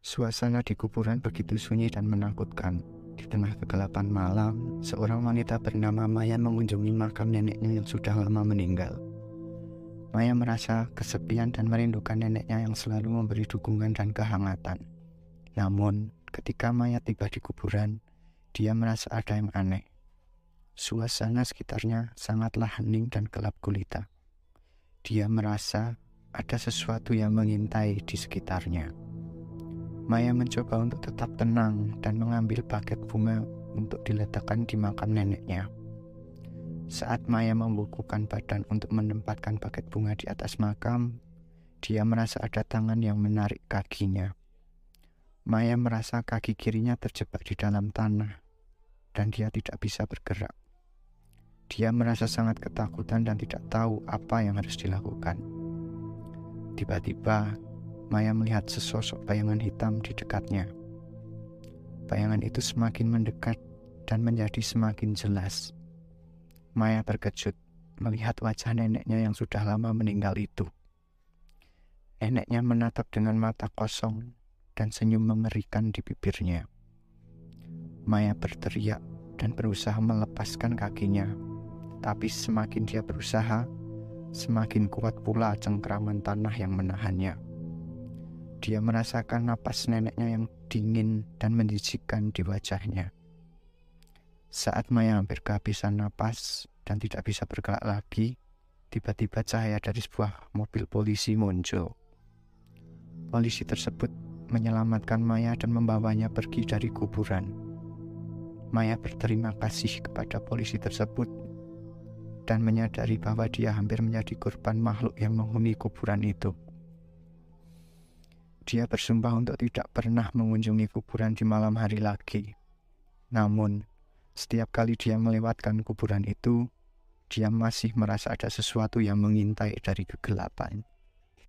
Suasana di kuburan begitu sunyi dan menakutkan. Di tengah kegelapan malam, seorang wanita bernama Maya mengunjungi makam neneknya yang sudah lama meninggal. Maya merasa kesepian dan merindukan neneknya yang selalu memberi dukungan dan kehangatan. Namun, ketika Maya tiba di kuburan, dia merasa ada yang aneh. Suasana sekitarnya sangatlah hening dan gelap gulita. Dia merasa ada sesuatu yang mengintai di sekitarnya. Maya mencoba untuk tetap tenang dan mengambil paket bunga untuk diletakkan di makam neneknya. Saat Maya membukukan badan untuk menempatkan paket bunga di atas makam, dia merasa ada tangan yang menarik kakinya. Maya merasa kaki kirinya terjebak di dalam tanah dan dia tidak bisa bergerak. Dia merasa sangat ketakutan dan tidak tahu apa yang harus dilakukan. Tiba-tiba, Maya melihat sesosok bayangan hitam di dekatnya. Bayangan itu semakin mendekat dan menjadi semakin jelas. Maya terkejut melihat wajah neneknya yang sudah lama meninggal itu. Neneknya menatap dengan mata kosong dan senyum mengerikan di bibirnya. Maya berteriak dan berusaha melepaskan kakinya. Tapi semakin dia berusaha, semakin kuat pula cengkraman tanah yang menahannya. Dia merasakan napas neneknya yang dingin dan menjijikkan di wajahnya. Saat Maya hampir kehabisan napas dan tidak bisa bergerak lagi, tiba-tiba cahaya dari sebuah mobil polisi muncul. Polisi tersebut menyelamatkan Maya dan membawanya pergi dari kuburan. Maya berterima kasih kepada polisi tersebut dan menyadari bahwa dia hampir menjadi korban makhluk yang menghuni kuburan itu. Dia bersumpah untuk tidak pernah mengunjungi kuburan di malam hari lagi. Namun, setiap kali dia melewatkan kuburan itu, dia masih merasa ada sesuatu yang mengintai dari kegelapan.